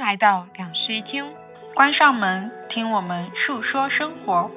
来到两室一厅，关上门，听我们述说生活。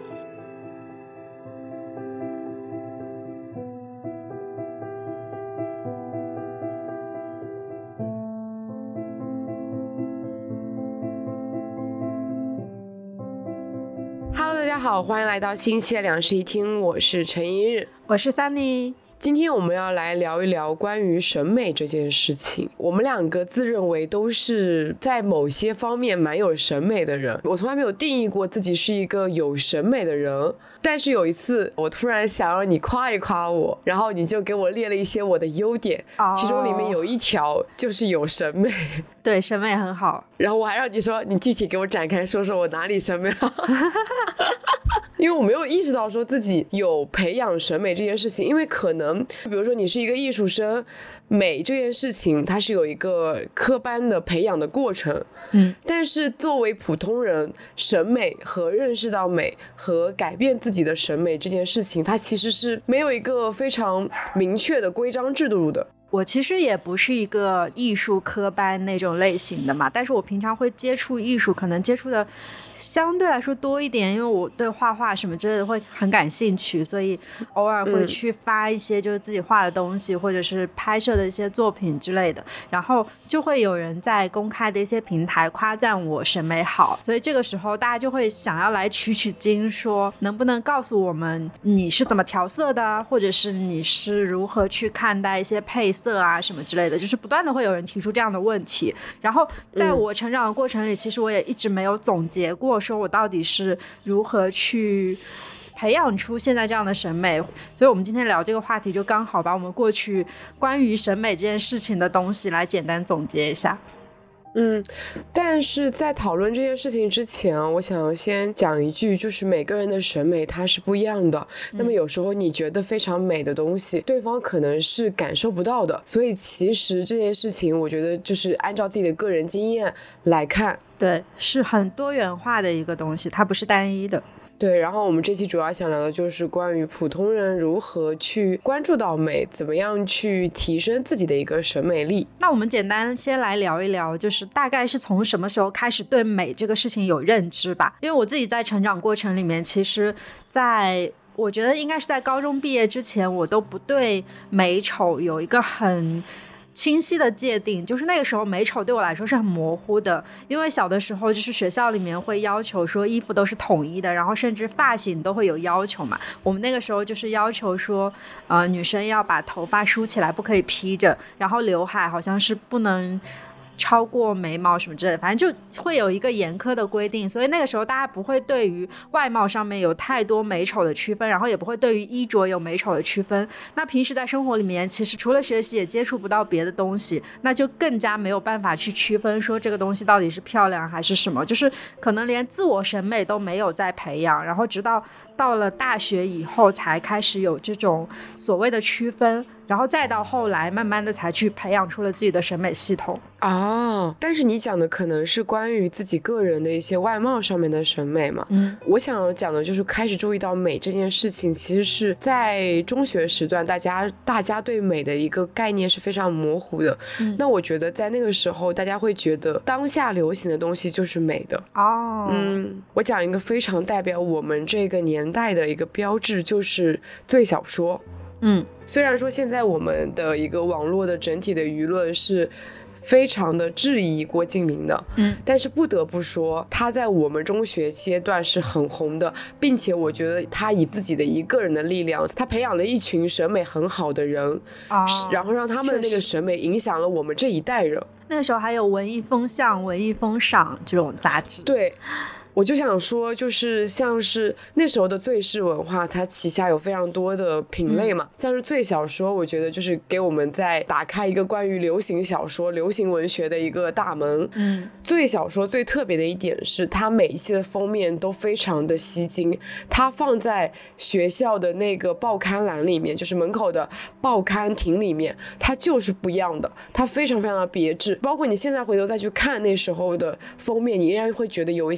Hello， 大家好，欢迎来到新一期的两室一厅，我是陈一日， 我是 Sunny。 今天我们要来聊一聊关于审美这件事情。我们两个自认为都是在某些方面蛮有审美的人，我从来没有定义过自己是一个有审美的人，但是有一次我突然想让你夸一夸我，然后你就给我列了一些我的优点，其中里面有一条就是有审美。 对，审美很好。 然后我还让你说，你具体给我展开说说我哪里审美好。因为我没有意识到说自己有培养审美这件事情，因为可能比如说你是一个艺术生，美这件事情它是有一个科班的培养的过程，但是作为普通人，审美和认识到美和改变自己的审美这件事情，它其实是没有一个非常明确的规章制度的。 我其实也不是一个艺术科班那种类型的嘛，但是我平常会接触艺术，可能接触的相对来说多一点，因为我对画画什么之类的会很感兴趣，所以偶尔会去发一些就是自己画的东西，或者是拍摄的一些作品之类的，然后就会有人在公开的一些平台夸赞我审美好，所以这个时候大家就会想要来取经，说能不能告诉我们你是怎么调色的，或者是你是如何去看待一些配色啊什么之类的，就是不断的会有人提出这样的问题。然后在我成长的过程里，其实我也一直没有总结过说我到底是如何去培养出现在这样的审美，所以我们今天聊这个话题就刚好把我们过去关于审美这件事情的东西来简单总结一下。 但是在讨论这件事情之前，我想要先讲一句，就是每个人的审美它是不一样的，那么有时候你觉得非常美的东西，对方可能是感受不到的，所以其实这件事情我觉得就是按照自己的个人经验来看， 对，是很多元化的一个东西，它不是单一的。 对，然后我们这期主要想聊的就是关于普通人如何去关注到美，怎么样去提升自己的一个审美力。 那我们简单先来聊一聊，就是大概是从什么时候开始对美这个事情有认知吧。因为我自己在成长过程里面，其实我觉得应该是在高中毕业之前，我都不对美丑有一个很清晰的界定，就是那个时候美丑对我来说是很模糊的，因为小的时候就是学校里面会要求说衣服都是统一的，然后甚至发型都会有要求嘛。我们那个时候就是要求说女生要把头发梳起来，不可以披着，然后刘海好像是不能超过眉毛什么之类的，反正就会有一个严苛的规定，所以那个时候大家不会对于外貌上面有太多美丑的区分，然后也不会对于衣着有美丑的区分。那平时在生活里面其实除了学习也接触不到别的东西，那就更加没有办法去区分说这个东西到底是漂亮还是什么，就是可能连自我审美都没有在培养，然后直到了大学以后才开始有这种所谓的区分，然后再到后来慢慢的才去培养出了自己的审美系统。 但是你讲的可能是关于自己个人的一些外貌上面的审美嘛。我想要讲的就是开始注意到美这件事情，其实是在中学时段大家对美的一个概念是非常模糊的。那我觉得在那个时候大家会觉得当下流行的东西就是美的。我讲一个非常代表我们这个年代的一个标志，就是最小说。虽然说现在我们的一个网络的整体的舆论是非常的质疑郭敬明的，但是不得不说他在我们中学阶段是很红的，并且我觉得他以自己的一个人的力量，他培养了一群审美很好的人，然后让他们的那个审美影响了我们这一代人。 那个时候还有文艺风向、文艺风尚这种杂志。 对，我就想说，就是像是那时候的最是文化，它旗下有非常多的品类嘛，像是最小说，我觉得就是给我们在打开一个关于流行小说、流行文学的一个大门。最小说最特别的一点是，它每一期的封面都非常的吸睛，它放在学校的那个报刊栏里面，就是门口的报刊亭里面，它就是不一样的，它非常非常的别致。包括你现在回头再去看那时候的封面，你依然会觉得有一些是非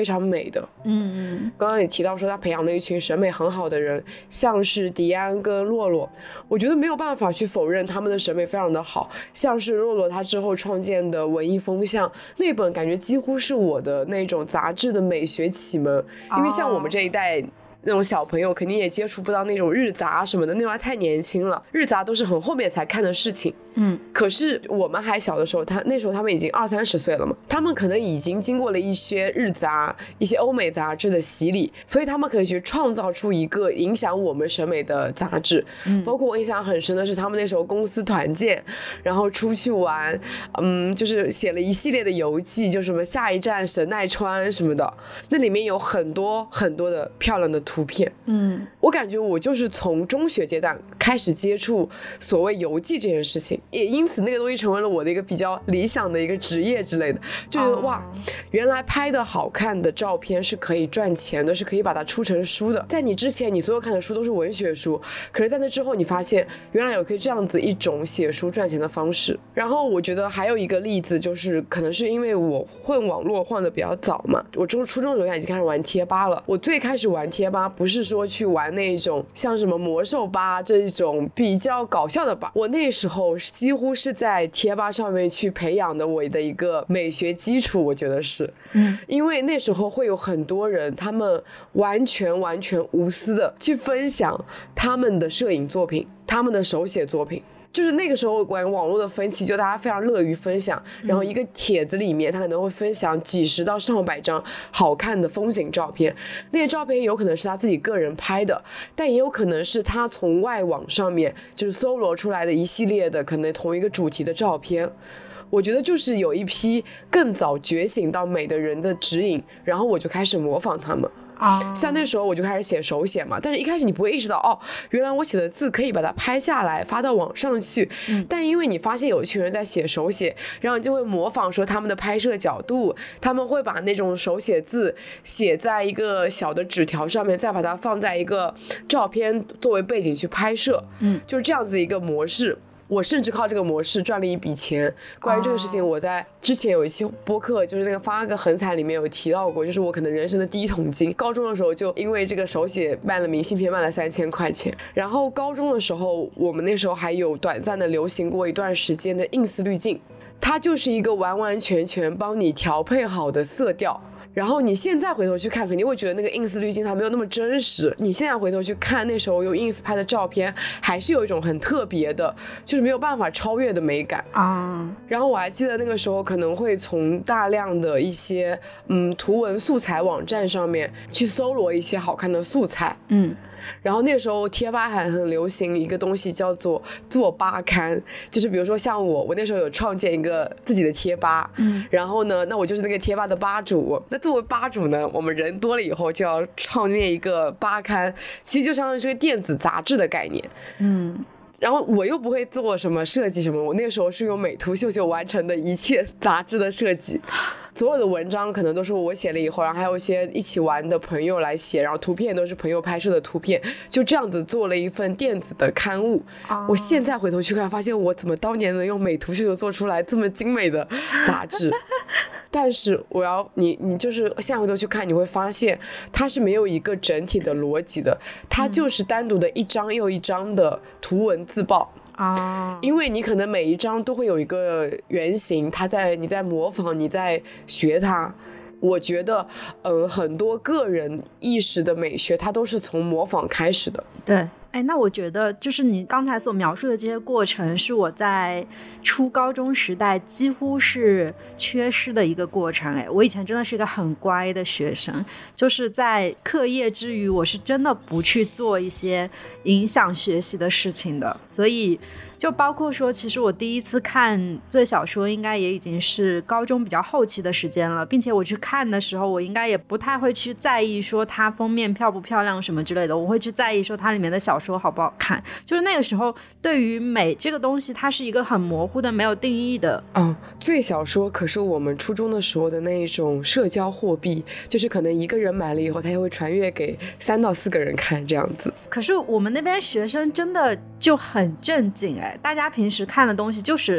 常美的。刚刚也提到说他培养了一群审美很好的人，像是迪安跟洛洛，我觉得没有办法去否认他们的审美非常的好。像是洛洛他之后创建的文艺风向那本，感觉几乎是我的那种杂志的美学启蒙，因为像我们这一代那种小朋友肯定也接触不到那种日杂什么的，那种太年轻了，日杂都是很后面才看的事情。可是我们还小的时候，那时候他们已经20-30岁了嘛，他们可能已经经过了一些日杂、一些欧美杂志的洗礼，所以他们可以去创造出一个影响我们审美的杂志。包括我印象很深的是，他们那时候公司团建，然后出去玩，就是写了一系列的游记，就什么下一站神奈川什么的，那里面有很多很多的漂亮的图片。我感觉我就是从中学阶段开始接触所谓游记这件事情，也因此那个东西成为了我的一个比较理想的一个职业之类的，就觉得哇，原来拍的好看的照片是可以赚钱的，是可以把它出成书的。在你之前你所有看的书都是文学书，可是在那之后你发现原来有可以这样子一种写书赚钱的方式。然后我觉得还有一个例子，就是可能是因为我混网络混的比较早嘛，我初中的时候已经开始玩贴吧了。我最开始玩贴吧不是说去玩那种像什么魔兽吧这种比较搞笑的吧，我那时候几乎是在贴吧上面去培养的我的一个美学基础，我觉得是。因为那时候会有很多人，他们完全无私的去分享他们的摄影作品，他们的手写作品。就是那个时候关于网络的风气，就大家非常乐于分享，然后一个帖子里面他可能会分享几十到上百张好看的风景照片，那些照片有可能是他自己个人拍的，但也有可能是他从外网上面就是搜罗出来的一系列的可能同一个主题的照片。我觉得就是有一批更早觉醒到美的人的指引，然后我就开始模仿他们。像那时候我就开始写手写嘛，但是一开始你不会意识到，原来我写的字可以把它拍下来发到网上去。但因为你发现有一群人在写手写，然后你就会模仿说他们的拍摄角度，他们会把那种手写字写在一个小的纸条上面，再把它放在一个照片作为背景去拍摄。就是这样子一个模式。我甚至靠这个模式赚了一笔钱。关于这个事情，我在之前有一期播客，就是那个发个横财里面有提到过，就是我可能人生的第一桶金。高中的时候就因为这个手写卖了明信片，卖了3000块钱。然后高中的时候，我们那时候还有短暂的流行过一段时间的 ins 滤镜，它就是一个完完全全帮你调配好的色调。然后你现在回头去看，肯定会觉得那个 ins 滤镜它没有那么真实。你现在回头去看那时候用 ins 拍的照片，还是有一种很特别的，就是没有办法超越的美感然后我还记得那个时候可能会从大量的一些图文素材网站上面去搜罗一些好看的素材。然后那时候贴吧还很流行一个东西叫做做吧刊，就是比如说像我那时候有创建一个自己的贴吧，然后呢，那我就是那个贴吧的吧主。那作为吧主呢，我们人多了以后就要创建一个吧刊，其实就相当于是个电子杂志的概念。然后我又不会做什么设计什么，我那个时候是用美图秀秀完成的一切杂志的设计。所有的文章可能都是我写了以后，然后还有一些一起玩的朋友来写，然后图片都是朋友拍摄的图片，就这样子做了一份电子的刊物。我现在回头去看，发现我怎么当年能用美图秀秀做出来这么精美的杂志。但是你就是现在回头去看，你会发现它是没有一个整体的逻辑的，它就是单独的一张又一张的图文自报。因为你可能每一张都会有一个原型，你在模仿，你在学它。我觉得很多个人意识的美学它都是从模仿开始的。 对，那我觉得就是你刚才所描述的这些过程是我在初高中时代几乎是缺失的一个过程。我以前真的是一个很乖的学生，就是在课业之余我是真的不去做一些影响学习的事情的。所以就包括说其实我第一次看最小说应该也已经是高中比较后期的时间了，并且我去看的时候我应该也不太会去在意说它封面漂不漂亮什么之类的，我会去在意说它里面的小说好不好看。就是那个时候对于美这个东西它是一个很模糊的没有定义的。 最小说可是我们初中的时候的那一种社交货币，就是可能一个人买了以后他也会传阅给3到4个人看这样子。 可是我们那边学生真的就很正经大家平时看的东西就是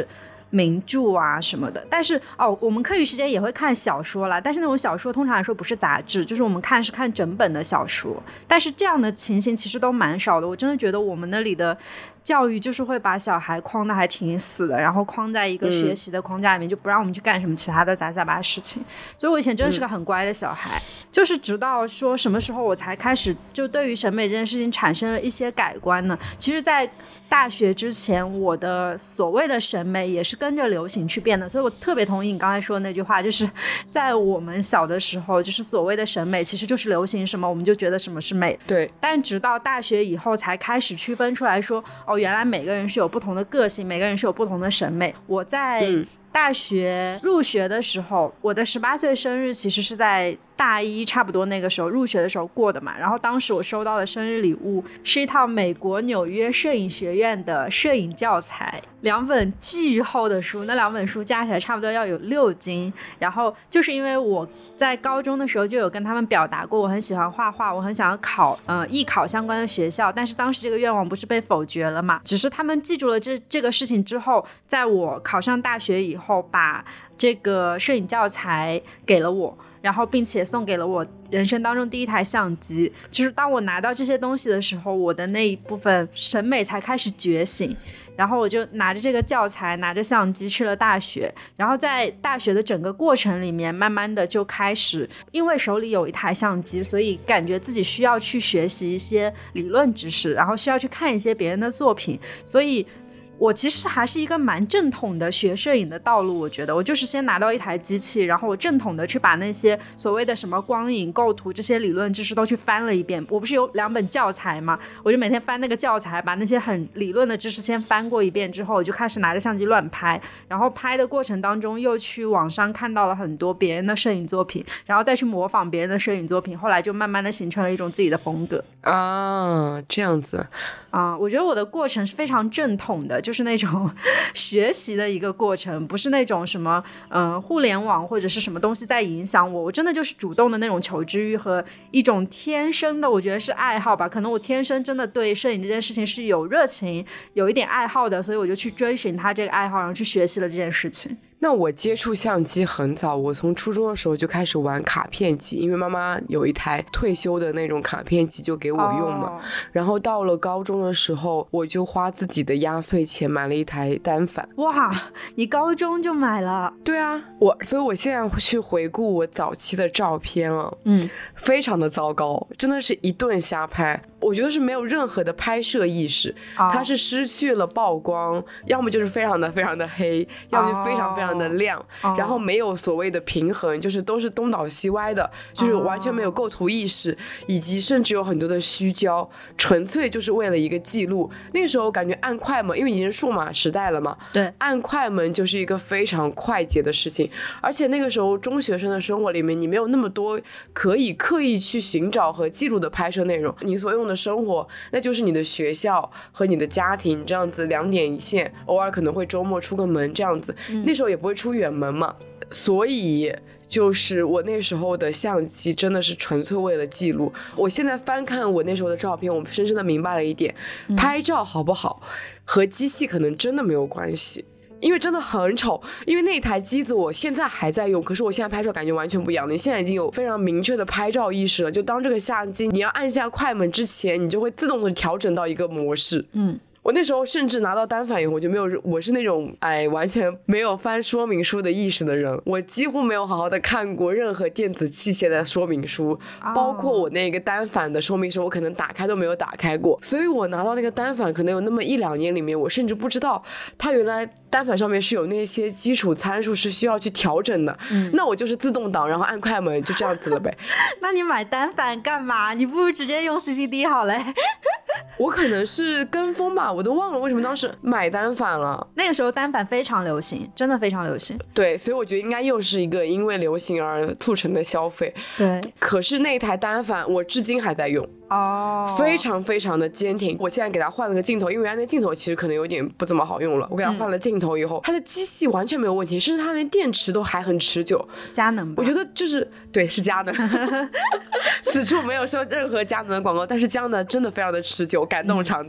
名著啊什么的。但是我们课余时间也会看小说啦，但是那种小说通常来说不是杂志，就是我们是看整本的小说。但是这样的情形其实都蛮少的，我真的觉得我们那里的教育就是会把小孩框的还挺死的，然后框在一个学习的框架里面，就不让我们去干什么其他的杂七杂八的事情。所以我以前真的是个很乖的小孩，就是直到说什么时候我才开始就对于审美这件事情产生了一些改观呢？其实在大学之前，我的所谓的审美也是跟着流行去变的。所以我特别同意你刚才说的那句话，就是在我们小的时候，就是所谓的审美其实就是流行什么我们就觉得什么是美。 对， 但直到大学以后才开始区分出来说，原来每个人是有不同的个性，每个人是有不同的审美。我在大学入学的时候，我的18岁生日其实是在大一差不多那个时候入学的时候过的嘛。然后当时我收到的生日礼物是一套美国纽约摄影学院的摄影教材，2本巨厚的书，那2本书加起来差不多要有6斤。然后就是因为我在高中的时候就有跟他们表达过我很喜欢画画，我很想要考艺考相关的学校，但是当时这个愿望不是被否决了嘛？只是他们记住了这个事情之后，在我考上大学以后把这个摄影教材给了我，然后并且送给了我人生当中第一台相机。就是当我拿到这些东西的时候，我的那一部分审美才开始觉醒。然后我就拿着这个教材，拿着相机去了大学。然后在大学的整个过程里面，慢慢的就开始，因为手里有一台相机，所以感觉自己需要去学习一些理论知识，然后需要去看一些别人的作品。所以我其实还是一个蛮正统的学摄影的道路。我觉得我就是先拿到一台机器，然后我正统的去把那些所谓的什么光影构图这些理论知识都去翻了一遍。我不是有2本教材吗？我就每天翻那个教材，把那些很理论的知识先翻过一遍之后，我就开始拿着相机乱拍。然后拍的过程当中又去网上看到了很多别人的摄影作品，然后再去模仿别人的摄影作品，后来就慢慢的形成了一种自己的风格啊。这样子我觉得我的过程是非常正统的，就是那种学习的一个过程，不是那种什么互联网或者是什么东西在影响我。我真的就是主动的那种求知欲和一种天生的，我觉得是爱好吧。可能我天生真的对摄影这件事情是有热情，有一点爱好的，所以我就去追寻它这个爱好，然后去学习了这件事情。 那我接触相机很早，我从初中的时候就开始玩卡片机，因为妈妈有一台退休的那种卡片机就给我用嘛。然后到了高中的时候，我就花自己的压岁钱买了一台单反。 哇，你高中就买了？ 对啊，所以我现在去回顾我早期的照片非常的糟糕，真的是一顿瞎拍。我觉得是没有任何的拍摄意识，它是失去了曝光，要么就是非常的非常的黑，要么就非常非常的亮，然后没有所谓的平衡，就是都是东倒西歪的，就是完全没有构图意识，以及甚至有很多的虚焦，纯粹就是为了一个记录。那个时候感觉按快门，因为已经是数码时代了嘛， 对， 按快门就是一个非常快捷的事情。而且那个时候中学生的生活里面，你没有那么多可以刻意去寻找和记录的拍摄内容，你所用的生活那就是你的学校和你的家庭，这样子2点一线，偶尔可能会周末出个门这样子。那时候也不会出远门嘛，所以就是我那时候的相机真的是纯粹为了记录。我现在翻看我那时候的照片，我深深的明白了一点，拍照好不好和机器可能真的没有关系，因为真的很丑。因为那台机子我现在还在用，可是我现在拍照感觉完全不一样。你现在已经有非常明确的拍照意识了，就当这个相机你要按下快门之前，你就会自动的调整到一个模式。我那时候甚至拿到单反以后，我是那种完全没有翻说明书的意识的人，我几乎没有好好的看过任何电子器械的说明书，包括我那个单反的说明书我可能打开都没有打开过。所以我拿到那个单反可能有那么1-2年里面，我甚至不知道它原来单反上面是有那些基础参数是需要去调整的。那我就是自动挡，然后按快门，就这样子了呗。 那你买单反干嘛？你不如直接用 CCD 好嘞。 我可能是跟风吧，我都忘了为什么当时买单反了。 那个时候单反非常流行，真的非常流行。 对，所以我觉得应该又是一个因为流行而促成的消费。 对， 可是那台单反我至今还在用。非常非常的坚挺。我现在给它换了个镜头，因为原来那镜头其实可能有点不怎么好用了，我给它换了镜头以后，它的机器完全没有问题，甚至它连电池都还很持久。 佳能吧， 我觉得就是对，是佳能。此处没有说任何佳能的广告，但是佳能真的非常的持久，感动常在。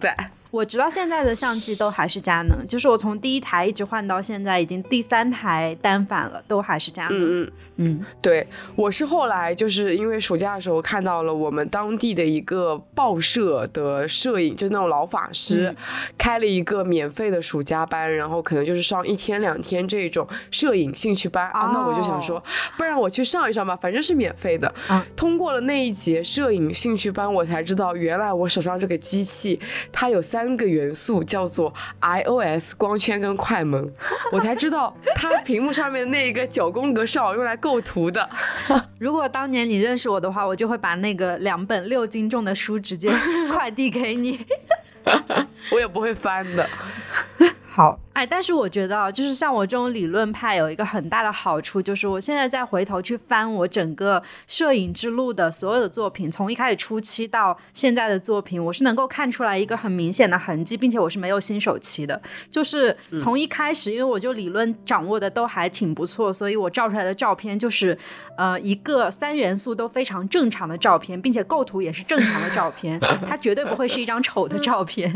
我直到现在的相机都还是佳能，就是我从第一台一直换到现在已经第3台单反了，都还是佳能。 对，我是后来就是因为暑假的时候看到了我们当地的一个报社的摄影，就是那种老法师，开了一个免费的暑假班，然后可能就是上1天2天这种摄影兴趣班啊。那我就想说，不然我去上一上吧，反正是免费的。通过了那一节摄影兴趣班，我才知道原来我手上这个机器它有3个元素，叫做 iOS 光圈跟快门。我才知道它屏幕上面那个9宫格是好用来构图的。 如果当年你认识我的话，我就会把那个2本6斤重的书直接快递给你。 我也不会翻的。 好，但是我觉得就是像我这种理论派有一个很大的好处，就是我现在再回头去翻我整个摄影之路的所有的作品，从一开始初期到现在的作品，我是能够看出来一个很明显的痕迹，并且我是没有新手期的。就是从一开始因为我就理论掌握的都还挺不错，所以我照出来的照片就是一个3元素都非常正常的照片，并且构图也是正常的照片，它绝对不会是一张丑的照片。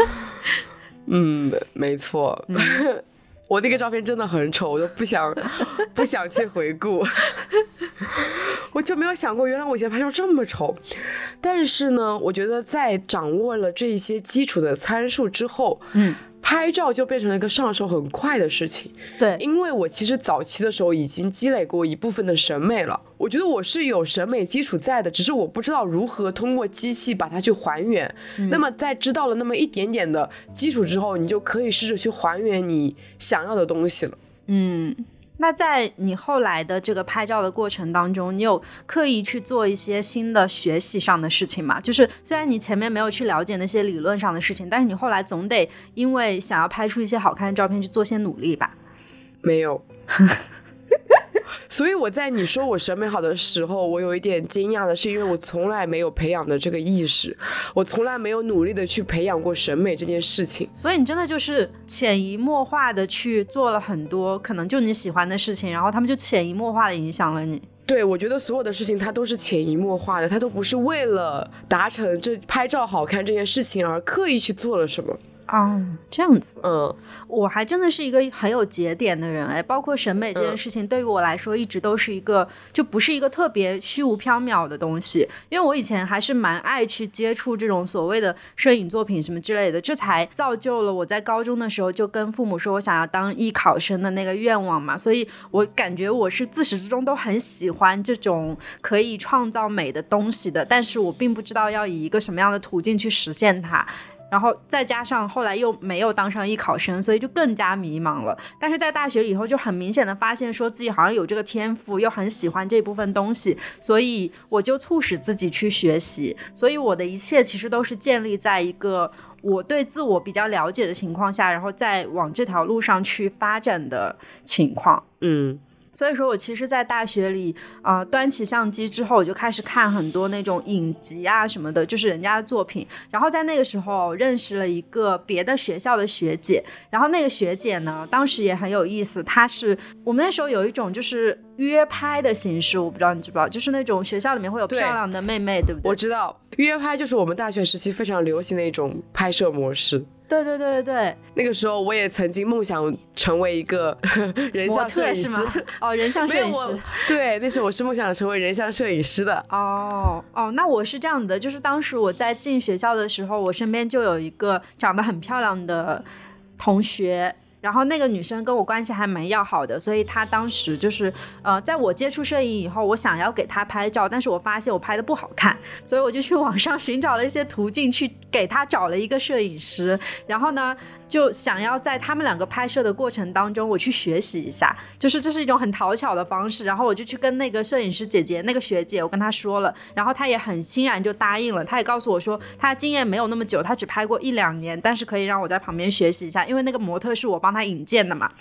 没错。我那个照片真的很丑，我都不想去回顾。我就没有想过原来我以前拍照这么丑。但是呢，我觉得在掌握了这些基础的参数之后，拍照就变成了一个上手很快的事情。 对， 因为我其实早期的时候已经积累过一部分的审美了，我觉得我是有审美基础在的，只是我不知道如何通过机器把它去还原。那么在知道了那么一点点的基础之后，你就可以试着去还原你想要的东西了。 那在你后来的这个拍照的过程当中，你有刻意去做一些新的学习上的事情吗？就是虽然你前面没有去了解那些理论上的事情，但是你后来总得因为想要拍出一些好看的照片去做些努力吧？ 没有。所以我在你说我审美好的时候，我有一点惊讶的是，因为我从来没有培养的这个意识，我从来没有努力的去培养过审美这件事情。 所以你真的就是潜移默化的去做了很多可能就你喜欢的事情，然后他们就潜移默化的影响了你。 对，我觉得所有的事情它都是潜移默化的，它都不是为了达成这拍照好看这件事情而刻意去做了什么。 这样子。我还真的是一个很有节点的人，包括审美这件事情对于我来说一直都是一个就不是一个特别虚无缥缈的东西，因为我以前还是蛮爱去接触这种所谓的摄影作品什么之类的，这才造就了我在高中的时候就跟父母说我想要当艺考生的那个愿望嘛，所以我感觉我是自始至终都很喜欢这种可以创造美的东西的，但是我并不知道要以一个什么样的途径去实现它，然后再加上后来又没有当上艺考生，所以就更加迷茫了。但是在大学里以后就很明显的发现说自己好像有这个天赋，又很喜欢这部分东西，所以我就促使自己去学习。所以我的一切其实都是建立在一个我对自我比较了解的情况下，然后再往这条路上去发展的情况。所以说我其实在大学里端起相机之后，我就开始看很多那种影集啊什么的，就是人家的作品。然后在那个时候认识了一个别的学校的学姐，然后那个学姐呢当时也很有意思，她是我们那时候有一种就是约拍的形式，我不知道你知不知道，就是那种学校里面会有漂亮的妹妹， 对不对？ 我知道，约拍就是我们大学时期非常流行的一种拍摄模式。 对对对对对， 那个时候我也曾经梦想成为一个人像摄影师。 模特是吗？人像摄影师。 对，那时候我是梦想成为人像摄影师的。 那我是这样的，就是当时我在进学校的时候，我身边就有一个长得很漂亮的同学，然后那个女生跟我关系还蛮要好的，所以她当时就是在我接触摄影以后，我想要给她拍照，但是我发现我拍的不好看，所以我就去网上寻找了一些途径，去给她找了一个摄影师，然后呢就想要在他们两个拍摄的过程当中我去学习一下，就是这是一种很讨巧的方式，然后我就去跟那个摄影师姐姐那个学姐我跟她说了，然后她也很欣然就答应了，她也告诉我说她经验没有那么久，她只拍过1-2年，但是可以让我在旁边学习一下，因为那个模特是我帮她引荐的嘛。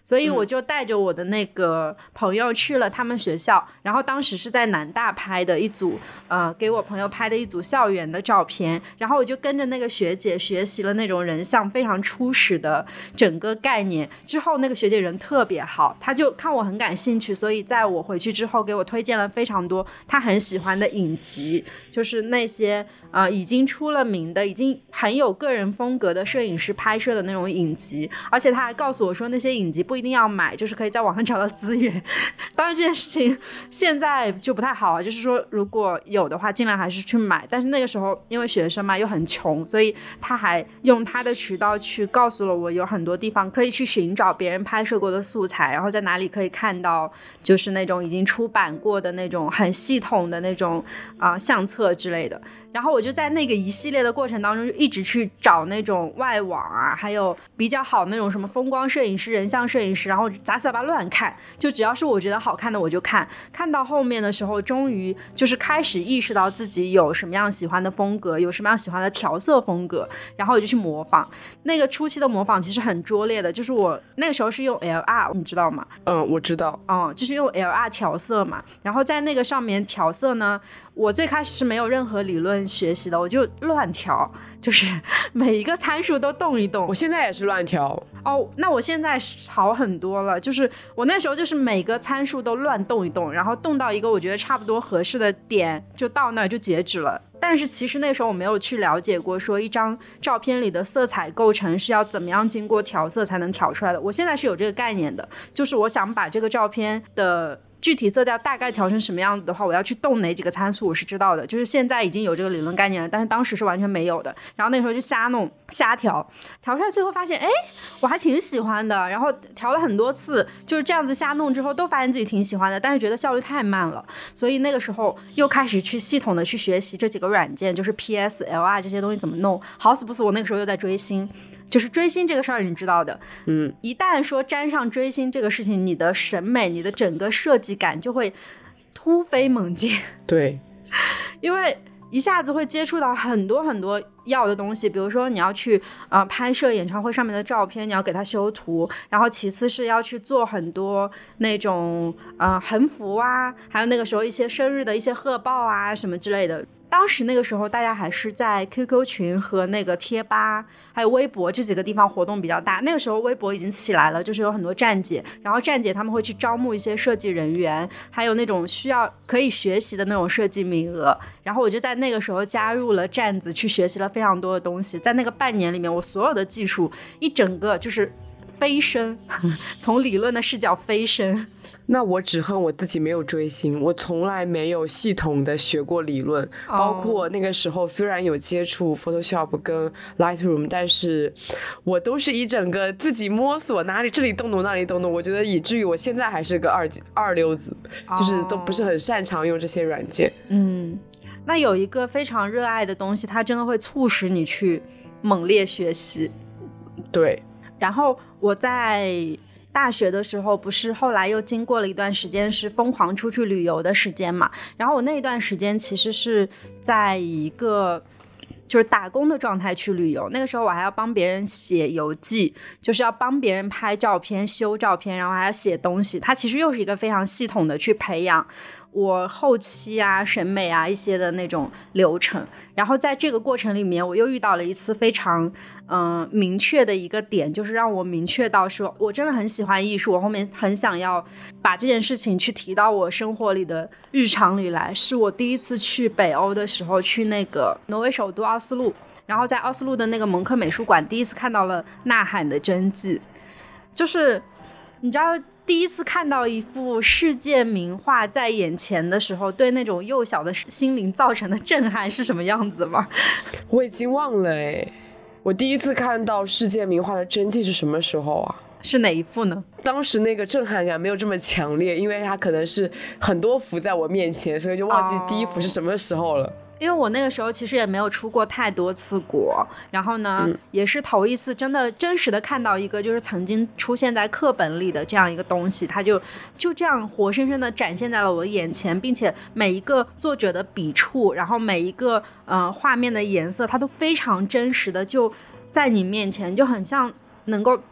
所以我就带着我的那个朋友去了他们学校，然后当时是在南大拍的一组给我朋友拍的一组校园的照片，然后我就跟着那个学姐学习了那种人像非常初始的整个概念。之后那个学姐人特别好，她就看我很感兴趣，所以在我回去之后给我推荐了非常多她很喜欢的影集，就是那些已经出了名的已经很有个人风格的摄影师拍摄的那种影集，而且她还告诉我说那些影集不一定要买，就是可以在网上找到资源。当然这件事情现在就不太好啊，就是说如果有的话尽量还是去买，但是那个时候因为学生嘛又很穷，所以他还用他的渠道去告诉了我有很多地方可以去寻找别人拍摄过的素材，然后在哪里可以看到就是那种已经出版过的那种很系统的那种相册之类的。然后我就在那个一系列的过程当中就一直去找那种外网啊，还有比较好那种什么风光摄影师、人像摄影师，然后杂七杂八乱看，就只要是我觉得好看的我就看。看到后面的时候终于就是开始意识到自己有什么样喜欢的风格，有什么样喜欢的调色风格，然后我就去模仿。那个初期的模仿其实很拙劣的，就是我那个时候是用 LR 你知道吗？ 我知道。 就是用 LR 调色嘛，然后在那个上面调色呢，我最开始是没有任何理论学习的，我就乱调，就是每一个参数都动一动。 我现在也是乱调。 那我现在好很多了，就是我那时候就是每个参数都乱动一动，然后动到一个我觉得差不多合适的点，就到那儿就截止了。但是其实那时候我没有去了解过说一张照片里的色彩构成是要怎么样经过调色才能调出来的，我现在是有这个概念的，就是我想把这个照片的具体色调大概调成什么样子的话，我要去动哪几个参数我是知道的，就是现在已经有这个理论概念了，但是当时是完全没有的。然后那时候就瞎弄瞎调出来，最后发现我还挺喜欢的，然后调了很多次，就是这样子瞎弄之后都发现自己挺喜欢的，但是觉得效率太慢了，所以那个时候又开始去系统的去学习这几个软件，就是 PS、LR 这些东西怎么弄。好死不死我那个时候又在追星，就是追星这个事儿你知道的，一旦说沾上追星这个事情，你的审美你的整个设计感就会突飞猛进。 对， 因为一下子会接触到很多很多要的东西，比如说你要去拍摄演唱会上面的照片，你要给它修图，然后其次是要去做很多那种横幅啊，还有那个时候一些生日的一些贺报啊什么之类的。当时那个时候大家还是在 QQ 群和那个贴吧还有微博这几个地方活动比较大，那个时候微博已经起来了，就是有很多站姐，然后站姐他们会去招募一些设计人员，还有那种需要可以学习的那种设计名额，然后我就在那个时候加入了站子，去学习了非常多的东西。在那个半年里面，我所有的技术一整个就是飞升，从理论的视角飞升。 那我只恨我自己没有追星，我从来没有系统的学过理论，包括那个时候虽然有接触 Photoshop 跟 Lightroom， 但是我都是一整个自己摸索，哪里这里动动那里动动，我觉得以至于我现在还是个二流子，就是都不是很擅长用这些软件。 那有一个非常热爱的东西，它真的会促使你去猛烈学习。 对， 然后我在大学的时候不是后来又经过了一段时间是疯狂出去旅游的时间嘛，然后我那一段时间其实是在一个就是打工的状态去旅游，那个时候我还要帮别人写游记，就是要帮别人拍照片修照片，然后还要写东西，它其实又是一个非常系统的去培养我后期啊审美啊一些的那种流程。然后在这个过程里面我又遇到了一次非常明确的一个点，就是让我明确到说我真的很喜欢艺术，我后面很想要把这件事情去提到我生活里的日常里来。是我第一次去北欧的时候，去那个挪威首都奥斯陆，然后在奥斯陆的那个蒙克美术馆第一次看到了呐喊的真迹，就是你知道第一次看到一幅世界名画在眼前的时候，对那种幼小的心灵造成的震撼是什么样子吗？ 我已经忘了我第一次看到世界名画的真迹是什么时候啊？ 是哪一幅呢？ 当时那个震撼感没有这么强烈，因为它可能是很多幅在我面前，所以就忘记第一幅是什么时候了。 因为我那个时候其实也没有出过太多次国，然后呢也是头一次真实的看到一个就是曾经出现在课本里的这样一个东西，它就这样活生生的展现在了我的眼前，并且每一个作者的笔触，然后每一个画面的颜色，它都非常真实的就在你面前，就很像能够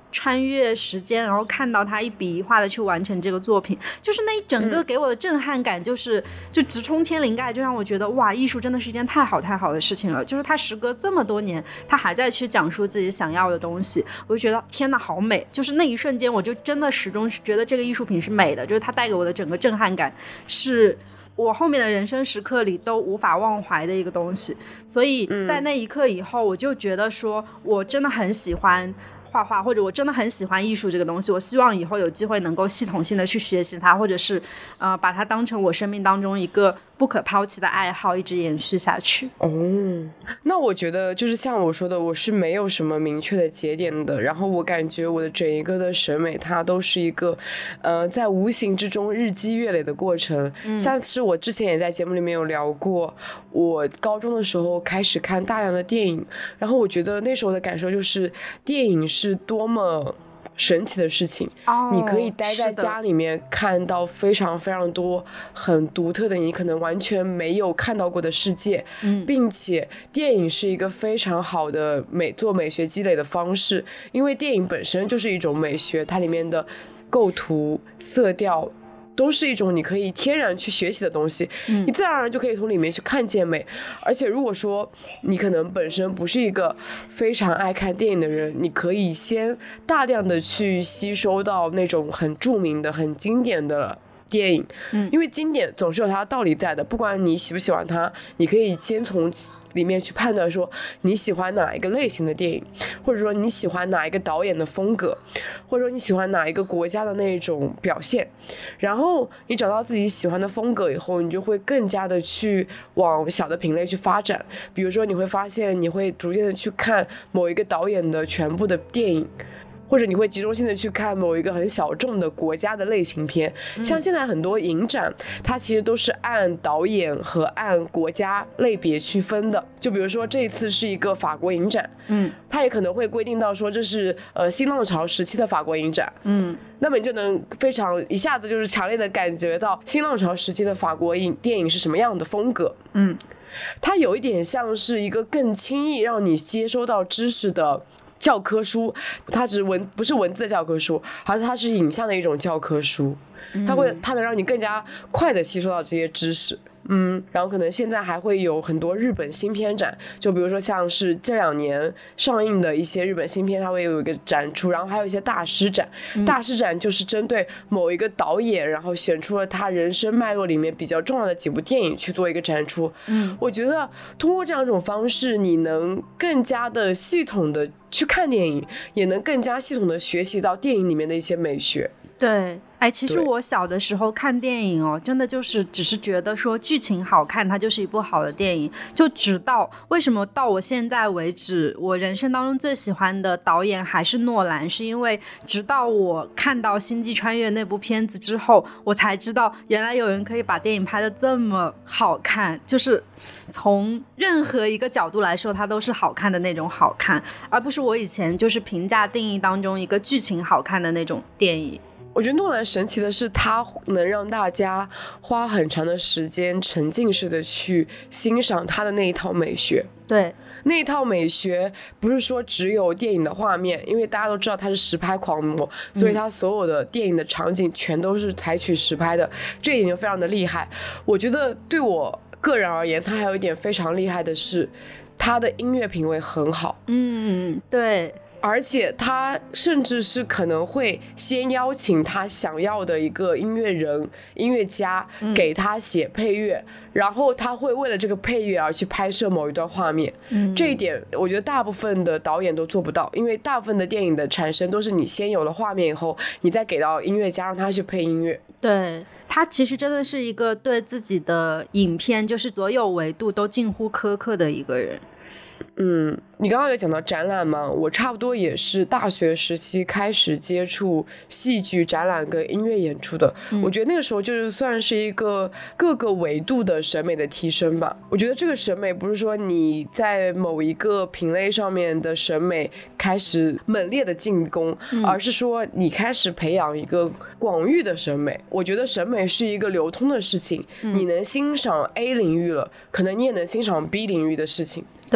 穿越时间，然后看到他一笔一画的去完成这个作品，就是那一整个给我的震撼感就直冲天灵盖，就让我觉得哇，艺术真的是一件太好的事情了。就是他时隔这么多年，他还在去讲述自己想要的东西，我就觉得天哪，好美！就是那一瞬间，我就真的始终觉得这个艺术品是美的，就是它带给我的整个震撼感是我后面的人生时刻里都无法忘怀的一个东西。所以在那一刻以后，我就觉得说我真的很喜欢画画，或者我真的很喜欢艺术这个东西，我希望以后有机会能够系统性的去学习它，或者是把它当成我生命当中一个不可抛弃的爱好，一直延续下去。 那我觉得就是像我说的，我是没有什么明确的节点的，然后我感觉我的整一个的审美它都是一个在无形之中日积月累的过程。像是我之前也在节目里面有聊过，我高中的时候开始看大量的电影，然后我觉得那时候的感受就是电影是多么神奇的事情，你可以待在家里面看到非常非常多很独特的你可能完全没有看到过的世界，并且电影是一个非常好的做美学积累的方式，因为电影本身就是一种美学，它里面的构图色调都是一种你可以天然去学习的东西，你自然而然就可以从里面去看见美。而且如果说你可能本身不是一个非常爱看电影的人，你可以先大量的去吸收到那种很著名的很经典的电影，因为经典总是有它的道理在的，不管你喜不喜欢它，你可以先从里面去判断说你喜欢哪一个类型的电影，或者说你喜欢哪一个导演的风格，或者说你喜欢哪一个国家的那种表现，然后你找到自己喜欢的风格以后，你就会更加的去往小的品类去发展。比如说你会发现你会逐渐的去看某一个导演的全部的电影，或者你会集中性的去看某一个很小众的国家的类型片，像现在很多影展它其实都是按导演和按国家类别区分的，就比如说这一次是一个法国影展，它也可能会规定到说这是新浪潮时期的法国影展，那么你就能非常一下子就是强烈的感觉到新浪潮时期的法国电影是什么样的风格，它有一点像是一个更轻易让你接收到知识的教科书，它不是文字的教科书，而它是影像的一种教科书，它能让你更加快的吸收到这些知识。然后可能现在还会有很多日本新片展，就比如说像是这2年上映的一些日本新片，它会有一个展出，然后还有一些大师展，大师展就是针对某一个导演，然后选出了他人生脉络里面比较重要的几部电影去做一个展出。我觉得通过这样一种方式，你能更加的系统的去看电影，也能更加系统的学习到电影里面的一些美学。 对，其实我小的时候看电影真的就是只是觉得说剧情好看，它就是一部好的电影。就直到为什么到我现在为止，我人生当中最喜欢的导演还是诺兰，是因为直到我看到《星际穿越》那部片子之后，我才知道原来有人可以把电影拍得这么好看，就是从任何一个角度来说，它都是好看的那种好看，而不是我以前就是评价定义当中一个剧情好看的那种电影。 我觉得诺兰神奇的是，他能让大家花很长的时间沉浸式的去欣赏他的那一套美学。 对， 那一套美学不是说只有电影的画面，因为大家都知道他是实拍狂魔，所以他所有的电影的场景全都是采取实拍的，这一点就非常的厉害。我觉得对我个人而言，他还有一点非常厉害的是，他的音乐品味很好。 对。 而且他甚至是可能会先邀请他想要的一个音乐家给他写配乐，然后他会为了这个配乐而去拍摄某一段画面。这一点我觉得大部分的导演都做不到，因为大部分的电影的产生都是你先有了画面以后，你再给到音乐家让他去配音乐。 对，他其实真的是一个对自己的影片就是所有维度都近乎苛刻的一个人。 你刚刚有讲到展览吗？我差不多也是大学时期开始接触戏剧展览跟音乐演出的。我觉得那个时候就是算是一个各个维度的审美的提升吧。我觉得这个审美不是说你在某一个品类上面的审美开始猛烈的进攻，而是说你开始培养一个广域的审美。我觉得审美是一个流通的事情，你能欣赏 A 领域了，可能你也能欣赏 B 领域的事情。 对，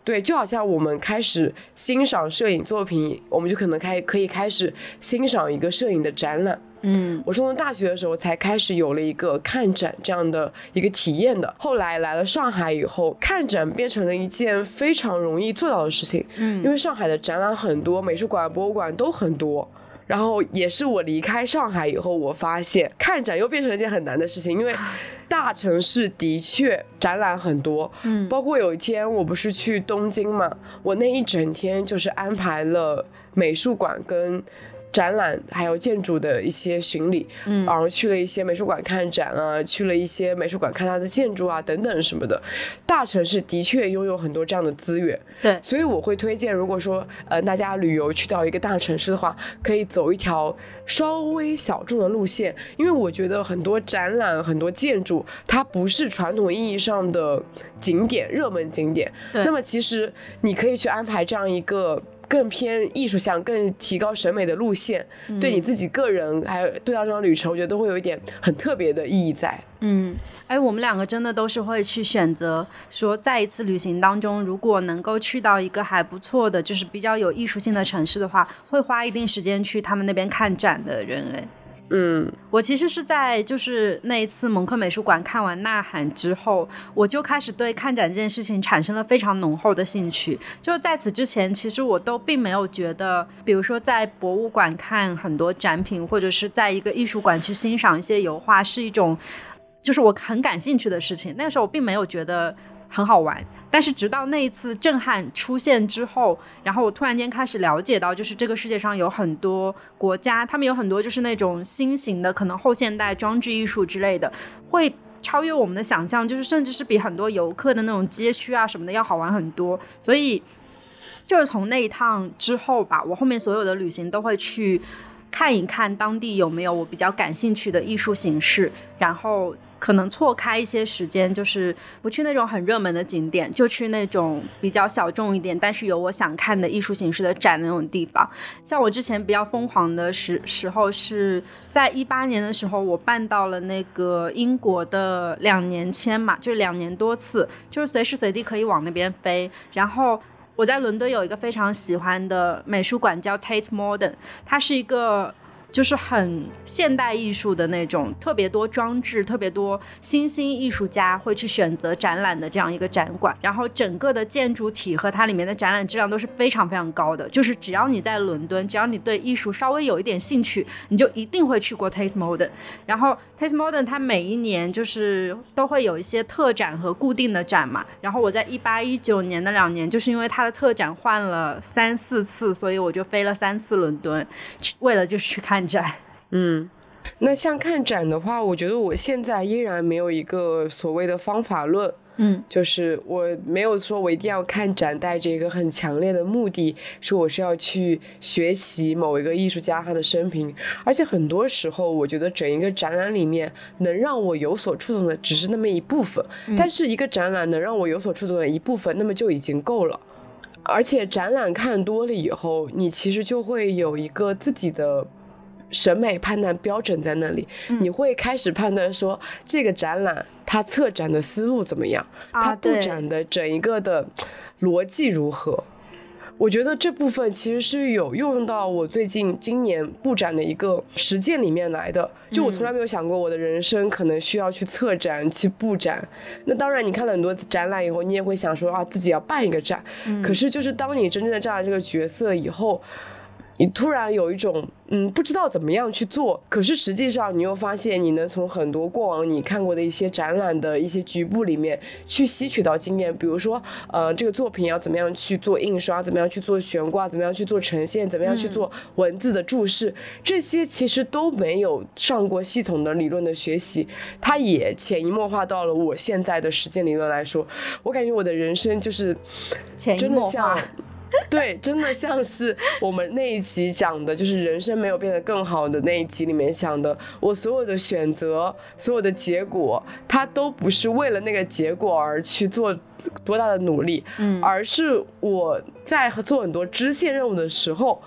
对，就好像我们开始欣赏摄影作品，我们就可能可以开始欣赏一个摄影的展览。我是从大学的时候才开始有了一个看展这样的一个体验的。后来来了上海以后，看展变成了一件非常容易做到的事情。因为上海的展览很多，美术馆、博物馆都很多。然后也是我离开上海以后，我发现看展又变成了一件很难的事情，因为大城市的确展览很多。包括有一天我不是去东京嘛，我那一整天就是安排了美术馆跟展览还有建筑的一些巡礼，然后去了一些美术馆看展啊，去了一些美术馆看它的建筑啊等等什么的。大城市的确拥有很多这样的资源， 对， 所以我会推荐，如果说大家旅游去到一个大城市的话，可以走一条稍微小众的路线，因为我觉得很多展览、很多建筑，它不是传统意义上的景点、热门景点。那么其实你可以去安排这样一个更偏艺术向、更提高审美的路线，对你自己个人还有对到这场旅程，我觉得都会有一点很特别的意义在。 我们两个真的都是会去选择说，在一次旅行当中，如果能够去到一个还不错的，就是比较有艺术性的城市的话，会花一定时间去他们那边看展的人。我其实是在就是那一次蒙克美术馆看完《呐喊》之后，我就开始对看展这件事情产生了非常浓厚的兴趣。就在此之前，其实我都并没有觉得，比如说在博物馆看很多展品，或者是在一个艺术馆去欣赏一些油画，是一种就是我很感兴趣的事情。那个时候我并没有觉得很好玩，但是直到那一次震撼出现之后，然后我突然间开始了解到，就是这个世界上有很多国家，他们有很多就是那种新型的可能后现代装置艺术之类的，会超越我们的想象，就是甚至是比很多游客的那种街区啊什么的要好玩很多。所以就是从那一趟之后吧，我后面所有的旅行都会去看一看当地有没有我比较感兴趣的艺术形式，然后可能错开一些时间，就是不去那种很热门的景点，就去那种比较小众一点但是有我想看的艺术形式的展的那种地方。像我之前比较疯狂的时候是在18年的时候，我办到了那个英国的2年签嘛，就是2年多次，就是随时随地可以往那边飞。然后我在伦敦有一个非常喜欢的美术馆叫 Tate Modern， 它是一个就是很现代艺术的那种，特别多装置，特别多新兴艺术家会去选择展览的这样一个展馆。然后整个的建筑体和它里面的展览质量都是非常非常高的，就是只要你在伦敦，只要你对艺术稍微有一点兴趣，你就一定会去过 Tate Modern。 然后 Tate Modern 它每一年就是都会有一些特展和固定的展嘛，然后我在18、19年的2年，就是因为它的特展换了3-4次，所以我就飞了3次伦敦，为了就是去看展。 那像看展的话，我觉得我现在依然没有一个所谓的方法论。就是我没有说我一定要看展带着一个很强烈的目的，说我是要去学习某一个艺术家他的生平。而且很多时候我觉得整一个展览里面能让我有所触动的只是那么一部分，但是一个展览能让我有所触动的一部分，那么就已经够了。而且展览看多了以后，你其实就会有一个自己的审美判断标准在那里，你会开始判断说这个展览它策展的思路怎么样，它布展的整一个的逻辑如何。我觉得这部分其实是有用到我今年布展的一个实践里面来的。就我从来没有想过我的人生可能需要去策展去布展。那当然你看了很多展览以后，你也会想说自己要办一个展，可是就是当你真正的站在这个角色以后，你突然有一种不知道怎么样去做，可是实际上你又发现你能从很多过往你看过的一些展览的一些局部里面去吸取到经验。比如说这个作品要怎么样去做印刷，怎么样去做悬挂，怎么样去做呈现，怎么样去做文字的注释，这些其实都没有上过系统的理论的学习，它也潜移默化到了我现在的实践理论来说。我感觉我的人生就是真的像对，真的像是我们那一集讲的，就是人生没有变得更好的那一集里面讲的，我所有的选择，所有的结果，它都不是为了那个结果而去做多大的努力，而是我在做很多支线任务的时候，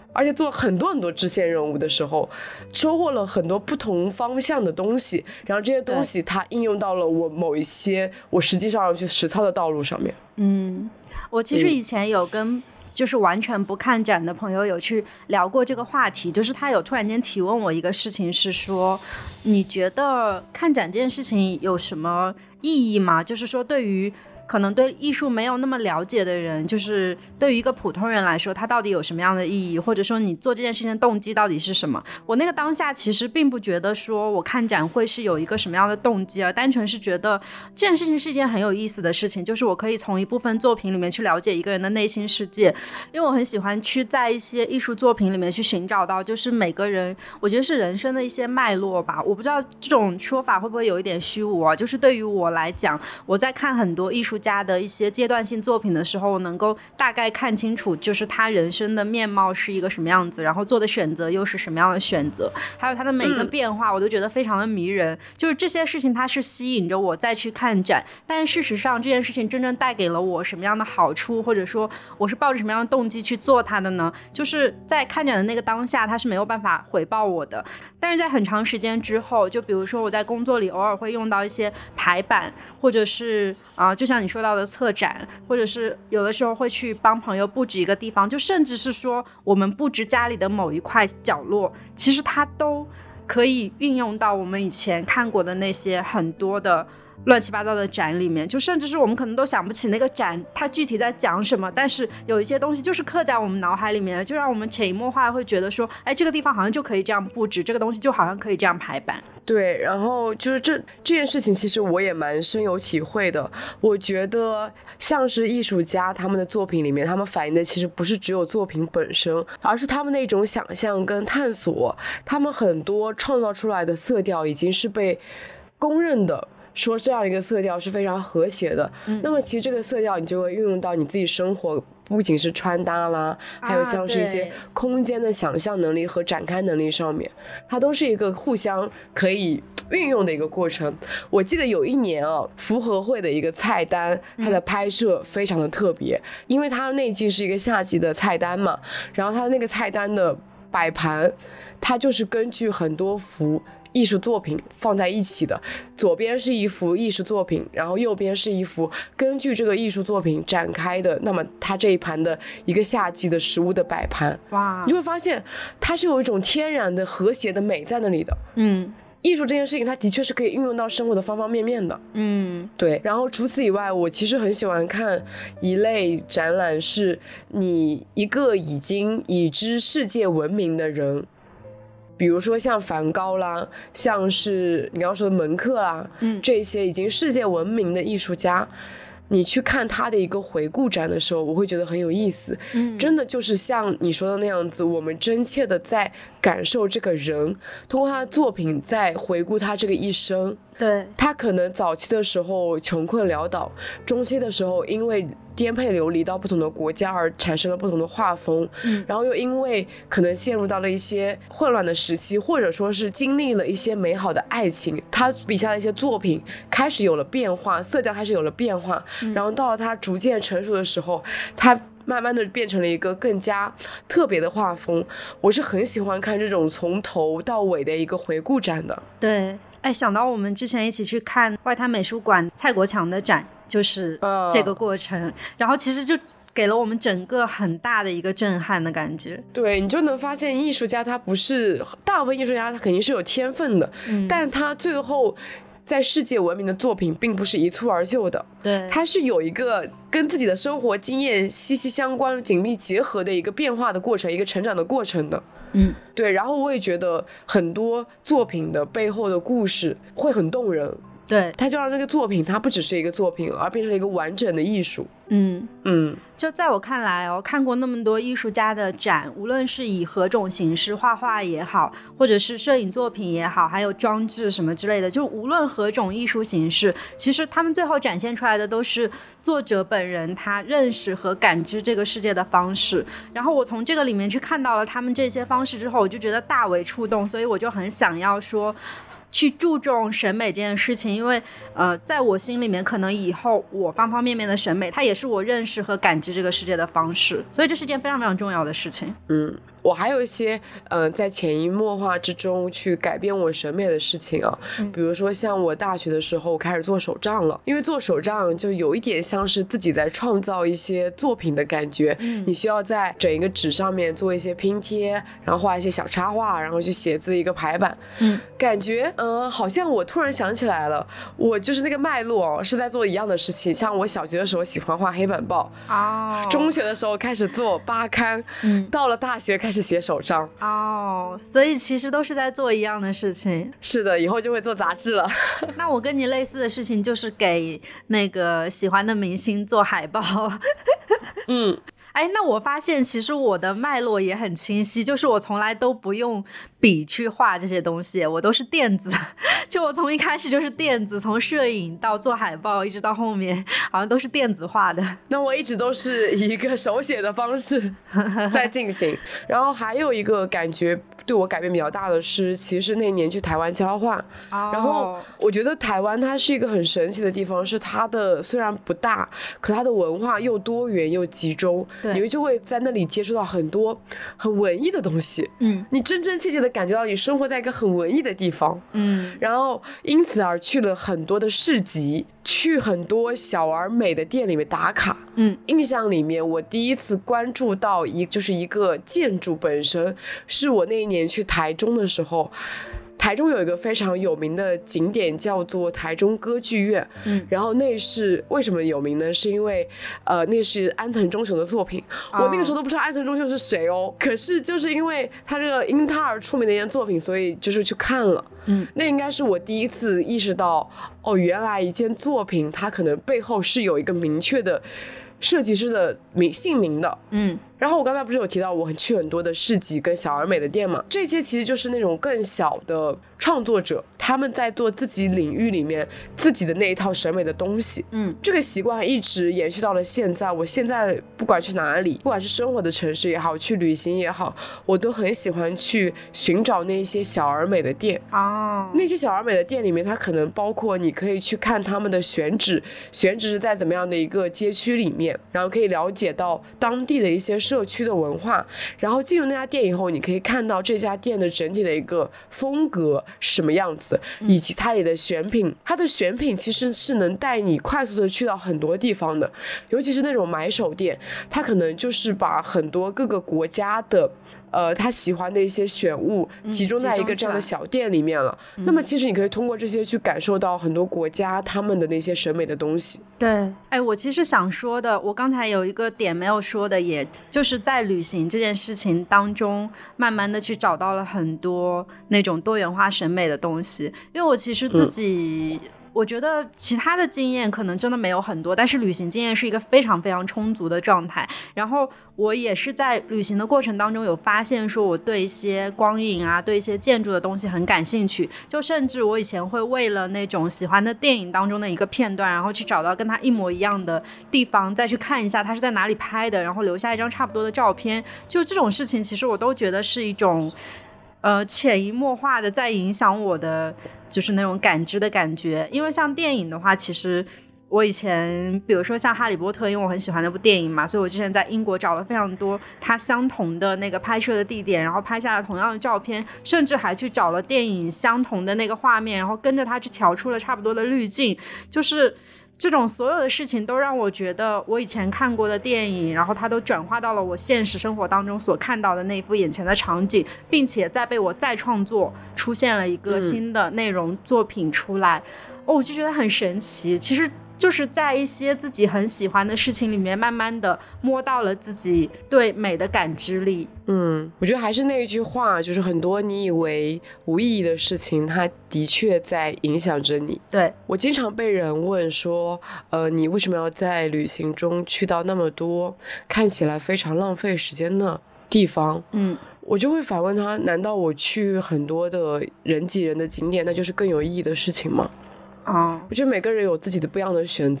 而且做很多很多支线任务的时候，收获了很多不同方向的东西，然后这些东西它应用到了我某一些我实际上要去实操的道路上面。 我其实以前有跟就是完全不看展的朋友有去聊过这个话题，就是他有突然间提问我一个事情，是说你觉得看展这件事情有什么意义吗？就是说对于可能对艺术没有那么了解的人，就是对于一个普通人来说，它到底有什么样的意义，或者说你做这件事情的动机到底是什么？我那个当下其实并不觉得说我看展会是有一个什么样的动机，而单纯是觉得这件事情是一件很有意思的事情，就是我可以从一部分作品里面去了解一个人的内心世界。因为我很喜欢去在一些艺术作品里面去寻找到就是每个人我觉得是人生的一些脉络吧。我不知道这种说法会不会有一点虚无啊，就是对于我来讲，我在看很多艺术家的一些阶段性作品的时候，能够大概看清楚就是他人生的面貌是一个什么样子，然后做的选择又是什么样的选择，还有他的每个变化我都觉得非常的迷人。就是这些事情它是吸引着我再去看展，但事实上这件事情真正带给了我什么样的好处，或者说我是抱着什么样的动机去做它的呢？就是在看展的那个当下它是没有办法回报我的，但是在很长时间之后，就比如说我在工作里偶尔会用到一些排版，或者是就像你说到的策展，或者是有的时候会去帮朋友布置一个地方，就甚至是说我们布置家里的某一块角落，其实它都可以运用到我们以前看过的那些很多的乱七八糟的展里面，就甚至是我们可能都想不起那个展它具体在讲什么，但是有一些东西就是刻在我们脑海里面，就让我们潜移默化会觉得说，哎，这个地方好像就可以这样布置，这个东西就好像可以这样排版。 对，然后就是这件事情其实我也蛮深有体会的。我觉得像是艺术家他们的作品里面，他们反映的其实不是只有作品本身，而是他们那种想象跟探索，他们很多创造出来的色调已经是被公认的说这样一个色调是非常和谐的。那么其实这个色调你就会运用到你自己生活，不仅是穿搭啦，还有像是一些空间的想象能力和展开能力上面，它都是一个互相可以运用的一个过程。我记得有一年福和会的一个菜单，它的拍摄非常的特别，因为它那季是一个夏季的菜单嘛，然后它那个菜单的摆盘，它就是根据很多幅艺术作品放在一起的，左边是一幅艺术作品，然后右边是一幅根据这个艺术作品展开的，那么它这一盘的一个夏季的食物的摆盘。哇，你就会发现它是有一种天然的和谐的美在那里的。艺术这件事情它的确是可以运用到生活的方方面面的。对。然后除此以外，我其实很喜欢看一类展览，是你一个已知世界闻名的人，比如说像梵高啦，像是你刚刚说的门克啦，这些已经世界闻名的艺术家，你去看他的一个回顾展的时候，我会觉得很有意思。真的就是像你说的那样子，我们真切的在感受这个人，通过他的作品在回顾他这个一生。对，他可能早期的时候穷困潦倒，中期的时候因为颠沛流离到不同的国家而产生了不同的画风，然后又因为可能陷入到了一些混乱的时期，或者说是经历了一些美好的爱情，他笔下的一些作品开始有了变化，色调开始有了变化，然后到了他逐渐成熟的时候，他慢慢的变成了一个更加特别的画风。我是很喜欢看这种从头到尾的一个回顾展的。 对，哎，想到我们之前一起去看外滩美术馆蔡国强的展，就是这个过程，然后其实就给了我们整个很大的一个震撼的感觉。 对，你就能发现艺术家他不是，大部分艺术家他肯定是有天分的，但他最后在世界闻名的作品并不是一蹴而就的。对，他是有一个跟自己的生活经验息息相关、紧密结合的一个变化的过程，一个成长的过程的。对，然后我也觉得很多作品的背后的故事会很动人。对，它就让那个作品它不只是一个作品，而变成了一个完整的艺术。 就在我看来看过那么多艺术家的展，无论是以何种形式，画画也好，或者是摄影作品也好，还有装置什么之类的，就无论何种艺术形式，其实他们最后展现出来的都是作者本人他认识和感知这个世界的方式。然后我从这个里面去看到了他们这些方式之后，我就觉得大为触动，所以我就很想要说去注重审美这件事情。因为在我心里面，可能以后我方方面面的审美它也是我认识和感知这个世界的方式，所以这是件非常非常重要的事情。 我还有一些在潜移默化之中去改变我审美的事情啊，比如说像我大学的时候开始做手账了，因为做手账就有一点像是自己在创造一些作品的感觉，你需要在整一个纸上面做一些拼贴，然后画一些小插画，然后去写字一个排版，感觉好像我突然想起来了，我就是那个脉络是在做一样的事情。像我小学的时候喜欢画黑板报，中学的时候开始做八刊，到了大学开始写手账。 所以其实都是在做一样的事情。 是的，以后就会做杂志了。 那我跟你类似的事情就是给那个喜欢的明星做海报。那我发现其实我的脉络也很清晰，就是我从来都不用笔去画这些东西，我都是电子，就我从一开始就是电子，从摄影到做海报一直到后面好像都是电子画的。 那我一直都是以一个手写的方式在进行。然后还有一个感觉对我改变比较大的是，其实那年去台湾交换，然后我觉得台湾它是一个很神奇的地方，是它的虽然不大，可它的文化又多元又集中，你就会在那里接触到很多很文艺的东西，你真真切切的感觉到你生活在一个很文艺的地方，然后因此而去了很多的市集，去很多小而美的店里面打卡，印象里面我第一次关注到就是一个建筑本身，是我那一年去台中的时候。台中有一个非常有名的景点叫做台中歌剧院，然后那是为什么有名呢？是因为那是安藤忠雄的作品，我那个时候都不知道安藤忠雄是谁哦，可是就是因为他这个因他而出名的一件作品，所以就是去看了，那应该是我第一次意识到，原来一件作品它可能背后是有一个明确的设计师的姓名的，然后我刚才不是有提到我去很多的市集跟小而美的店嘛，这些其实就是那种更小的创作者，他们在做自己领域里面自己的那一套审美的东西，这个习惯一直延续到了现在。我现在不管去哪里，不管是生活的城市也好，去旅行也好，我都很喜欢去寻找那些小而美的店。那些小而美的店里面，它可能包括你可以去看他们的选址是在怎么样的一个街区里面，然后可以了解到当地的一些社区的文化，然后进入那家店以后，你可以看到这家店的整体的一个风格是什么样子，以及它里的选品，它的选品其实是能带你快速的去到很多地方的，尤其是那种买手店，它可能就是把很多各个国家的他喜欢的一些选物集中在一个这样的小店里面了，那么其实你可以通过这些去感受到很多国家他们的那些审美的东西。 对，我其实想说的，我刚才有一个点没有说的，也就是在旅行这件事情当中慢慢的去找到了很多那种多元化审美的东西。因为我其实自己我觉得其他的经验可能真的没有很多，但是旅行经验是一个非常非常充足的状态。然后我也是在旅行的过程当中有发现说我对一些光影啊，对一些建筑的东西很感兴趣，就甚至我以前会为了那种喜欢的电影当中的一个片段，然后去找到跟它一模一样的地方再去看一下它是在哪里拍的，然后留下一张差不多的照片。就这种事情其实我都觉得是一种潜移默化的在影响我的就是那种感知的感觉。因为像电影的话，其实我以前比如说像哈利波特，因为我很喜欢那部电影嘛，所以我之前在英国找了非常多它相同的那个拍摄的地点，然后拍下了同样的照片，甚至还去找了电影相同的那个画面，然后跟着它去调出了差不多的滤镜。就是这种所有的事情都让我觉得我以前看过的电影，然后它都转化到了我现实生活当中所看到的那幅眼前的场景，并且再被我再创作出现了一个新的内容作品出来。我就觉得很神奇，其实就是在一些自己很喜欢的事情里面慢慢的摸到了自己对美的感知力。 我觉得还是那一句话，就是很多你以为无意义的事情，它的确在影响着你。 对， 我经常被人问说你为什么要在旅行中去到那么多看起来非常浪费时间的地方，我就会反问他，难道我去很多的人挤人的景点那就是更有意义的事情吗？我觉得每个人有自己的不一样的选择嘛。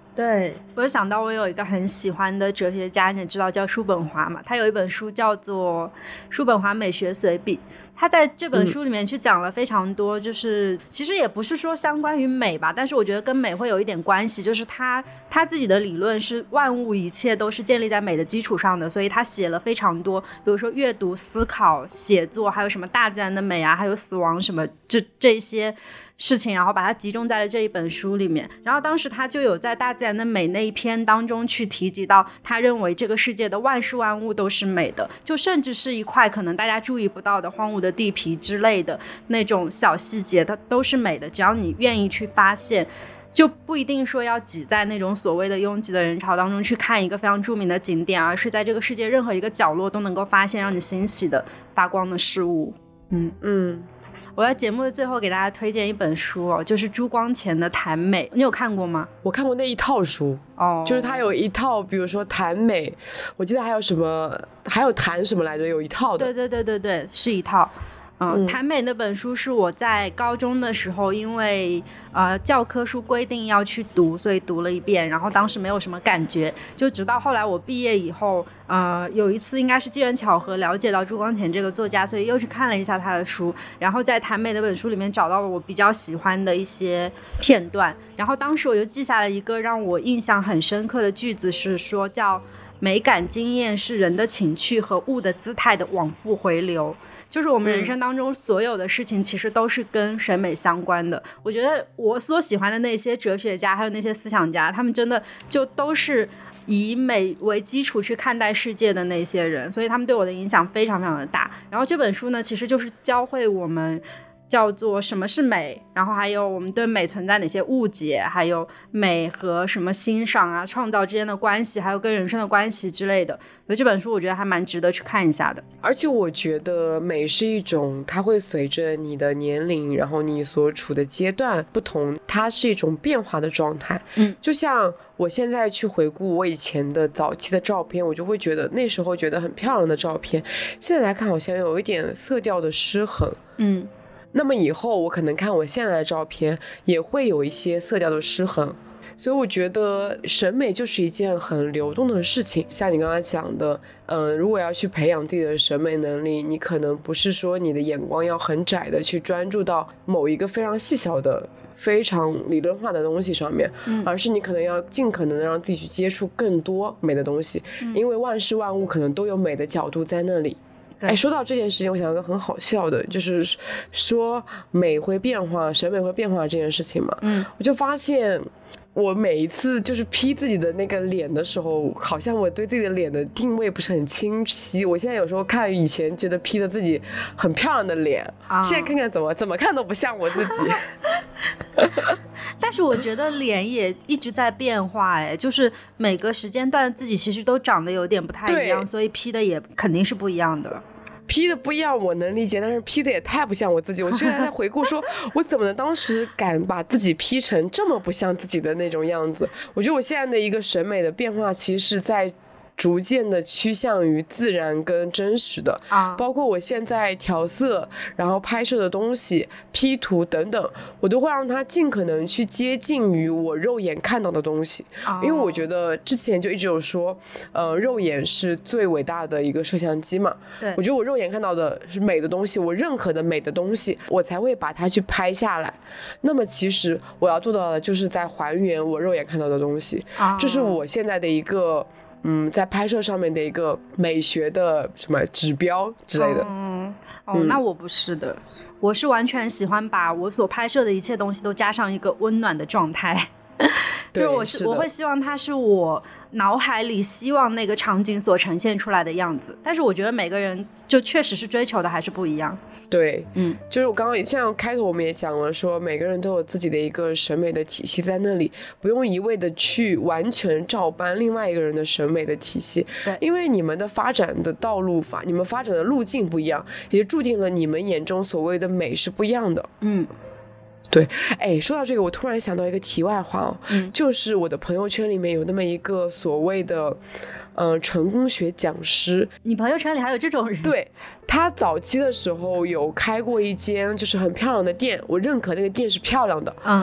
对，我就想到我有一个很喜欢的哲学家，你也知道叫叔本华嘛，他有一本书叫做《叔本华美学随笔》，他在这本书里面去讲了非常多，就是其实也不是说相关于美吧，但是我觉得跟美会有一点关系，就是他自己的理论是万物一切都是建立在美的基础上的，所以他写了非常多，比如说阅读、思考、写作，还有什么大自然的美啊，还有死亡什么这些事情，然后把它集中在了这一本书里面。然后当时他就有在大自然的美那一篇当中去提及到，他认为这个世界的万事万物都是美的，就甚至是一块可能大家注意不到的荒芜的地皮之类的那种小细节，它都是美的，只要你愿意去发现，就不一定说要挤在那种所谓的拥挤的人潮当中去看一个非常著名的景点，而是在这个世界任何一个角落都能够发现让你欣喜的发光的事物。我在节目的最后给大家推荐一本书哦，就是朱光潜的《谈美》，你有看过吗？ 我看过那一套书就是它有一套，比如说谈美，我记得还有什么，还有谈什么来着，有一套的。 对，是一套。谈美那本书是我在高中的时候，因为教科书规定要去读，所以读了一遍，然后当时没有什么感觉，就直到后来我毕业以后，有一次应该是机缘巧合了解到朱光潜这个作家，所以又去看了一下他的书，然后在谈美那本书里面找到了我比较喜欢的一些片段，然后当时我就记下了一个让我印象很深刻的句子，是说叫美感经验是人的情趣和物的姿态的往复回流，就是我们人生当中所有的事情其实都是跟审美相关的。我觉得我所喜欢的那些哲学家还有那些思想家，他们真的就都是以美为基础去看待世界的那些人，所以他们对我的影响非常非常的大。然后这本书呢，其实就是教会我们叫做什么是美，然后还有我们对美存在哪些误解，还有美和什么欣赏啊、创造之间的关系，还有跟人生的关系之类的。所以这本书我觉得还蛮值得去看一下的。 而且我觉得美是一种，它会随着你的年龄，然后你所处的阶段不同，它是一种变化的状态。就像我现在去回顾我以前的早期的照片，我就会觉得那时候觉得很漂亮的照片，现在来看好像有一点色调的失衡。那么以后我可能看我现在的照片也会有一些色调的失衡，所以我觉得审美就是一件很流动的事情。像你刚刚讲的，如果要去培养自己的审美能力，你可能不是说你的眼光要很窄的去专注到某一个非常细小的非常理论化的东西上面，而是你可能要尽可能的让自己去接触更多美的东西，因为万事万物可能都有美的角度在那里。说到这件事情，我想到一个很好笑的，就是说美会变化，审美会变化这件事情嘛。我就发现我每一次就是 P 自己的那个脸的时候，好像我对自己的脸的定位不是很清晰。我现在有时候看以前觉得 P 的自己很漂亮的脸，现在看看怎么看都不像我自己。 但是我觉得脸也一直在变化，就是每个时间段自己其实都长得有点不太一样，所以 P 的也肯定是不一样的。 P 的不一样我能理解，但是 P 的也太不像我自己。我居然在回顾说我怎么能当时敢把自己 P 成这么不像自己的那种样子。我觉得我现在的一个审美的变化其实是在逐渐的趋向于自然跟真实的，包括我现在调色，然后拍摄的东西、P 图等等，我都会让它尽可能去接近于我肉眼看到的东西。因为我觉得之前就一直有说，肉眼是最伟大的一个摄像机嘛。 对， 我觉得我肉眼看到的是美的东西，我认可的美的东西，我才会把它去拍下来。那么其实我要做到的就是在还原我肉眼看到的东西，这是我现在的一个在拍摄上面的一个美学的什么指标之类的。 那我不是的，我是完全喜欢把我所拍摄的一切东西都加上一个温暖的状态。就是我会希望它是我脑海里希望那个场景所呈现出来的样子，但是我觉得每个人就确实是追求的还是不一样。 对，就是我刚刚像开头我们也讲了，说每个人都有自己的一个审美的体系在那里，不用一味的去完全照搬另外一个人的审美的体系。 对， 因为你们的发展的道路你们发展的路径不一样，也注定了你们眼中所谓的美是不一样的。对，说到这个，我突然想到一个题外话就是我的朋友圈里面有那么一个所谓的成功学讲师。 你朋友圈里还有这种人？ 对，他早期的时候有开过一间就是很漂亮的店，我认可那个店是漂亮的。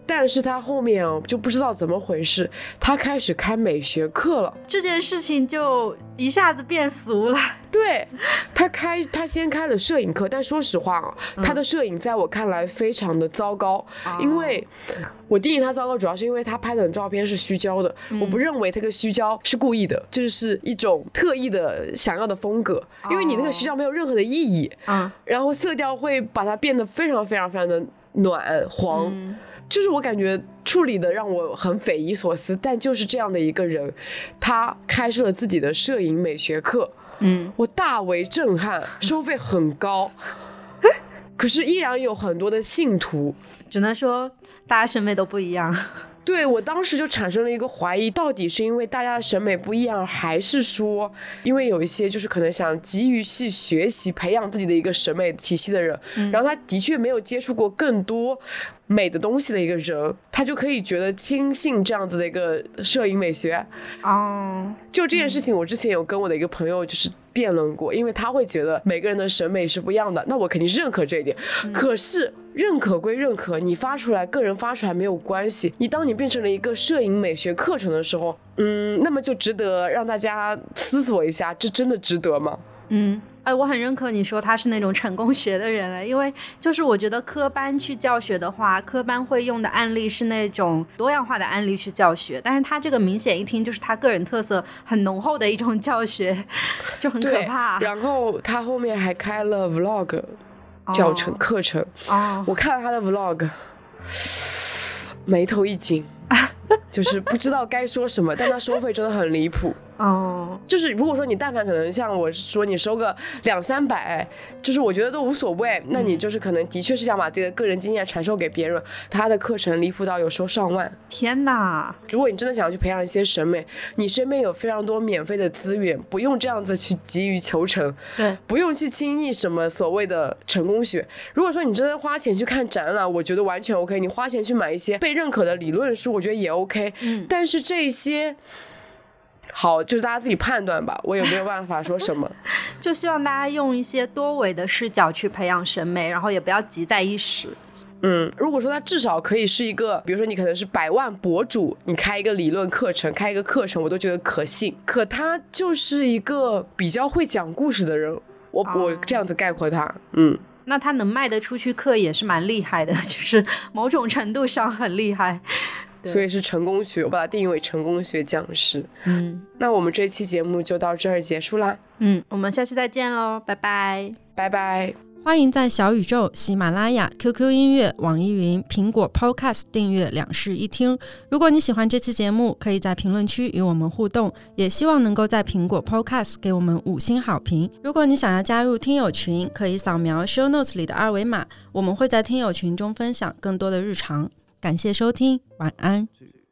但是他后面就不知道怎么回事，他开始开美学课了， 这件事情就一下子变俗了。 对，他先开了摄影课，但说实话他的摄影在我看来非常的糟糕，因为我定义他糟糕主要是因为他拍的照片是虚焦的，我不认为这个虚焦是故意的，就是一种特意的想要的风格，因为你那个虚焦没有任何的意义，然后色调会把它变得非常非常非常的暖黄，就是我感觉处理的让我很匪夷所思，但就是这样的一个人，他开设了自己的摄影美学课，我大为震撼，收费很高，可是依然有很多的信徒， 只能说大家审美都不一样。 对，我当时就产生了一个怀疑，到底是因为大家的审美不一样，还是说因为有一些就是可能想急于去学习培养自己的一个审美体系的人，然后他的确没有接触过更多美的东西的一个人，他就可以觉得轻信这样子的一个摄影美学。就这件事情我之前有跟我的一个朋友就是辩论过，因为他会觉得每个人的审美是不一样的，那我肯定是认可这一点，可是认可归认可，你发出来个人发出来没有关系，当你变成了一个摄影美学课程的时候，那么就值得让大家思索一下，这真的值得吗？ 我很认可你说他是那种成功学的人了，因为就是我觉得科班去教学的话，科班会用的案例是那种多样化的案例去教学，但是他这个明显一听就是他个人特色很浓厚的一种教学，就很可怕。 然后他后面还开了 vlog 教程课程，我看了他的 vlog 眉头一紧，就是不知道该说什么，但他收费真的很离谱。就是如果说你但凡可能像我说你收个200-300，就是我觉得都无所谓，那你就是可能的确是想把自己的个人经验传授给别人，他的课程离谱到有收上万。 天哪！ 如果你真的想要去培养一些审美，你身边有非常多免费的资源，不用这样子去急于求成， 对， 不用去轻易什么所谓的成功学。如果说你真的花钱去看展览，我觉得完全 OK， 你花钱去买一些被认可的理论书，我觉得也 OK，但是这些好，就是大家自己判断吧，我也没有办法说什么。 就希望大家用一些多维的视角去培养审美，然后也不要急在一时。 如果说它至少可以是一个，比如说你可能是100万博主，你开一个理论课程，开一个课程，我都觉得可信。可他就是一个比较会讲故事的人，我这样子概括他。 那他能卖得出去课也是蛮厉害的，就是某种程度上很厉害。 所以是成功学，我把它定义为成功学讲师。那我们这期节目就到这儿结束啦。 我们下期再见咯，拜拜。 拜拜。 欢迎在小宇宙、喜马拉雅、QQ 音乐、网易云、苹果 Podcast 订阅两室一厅。如果你喜欢这期节目，可以在评论区与我们互动，也希望能够在苹果 Podcast 给我们5星好评。如果你想要加入听友群，可以扫描 Show Notes 里的2维码，我们会在听友群中分享更多的日常。感谢收听，晚安。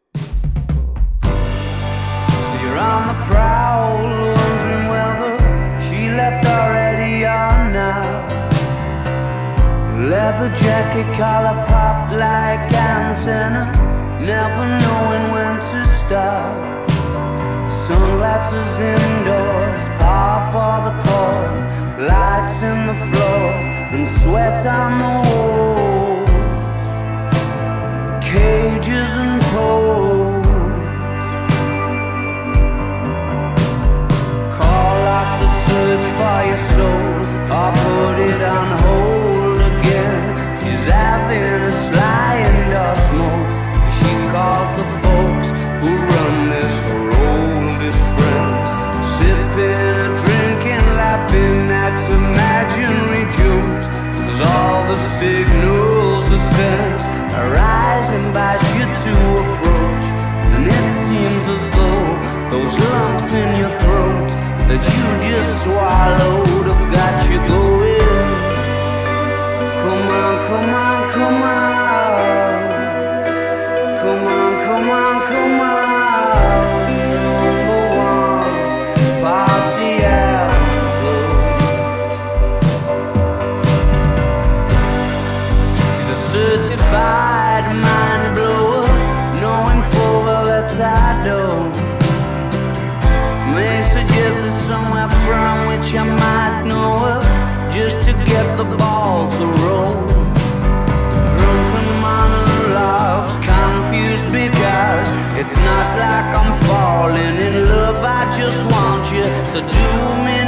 Leather jacket, collar pop like antenna, never knowing when to stop. Sunglasses indoors, par for the cause, lights in the floors and sweat on the walls, cages and poles. Call off the search for your soul, or put it on hold. She's having a sly and a smoke. She calls the folks who run this, her oldest friends, sipping and drinking, laughing at imaginary jokes. As all the signals are sent, her eyes invite you to approach, and it seems as though those lumps in your throat that you just swallowed have got you going. Come on, come on, come on. Come on, come on, come on. Number one, party outflow. She's a certified mind blower, knowing full well that I don't. May suggest there's somewhere from which I might know. just want you to do me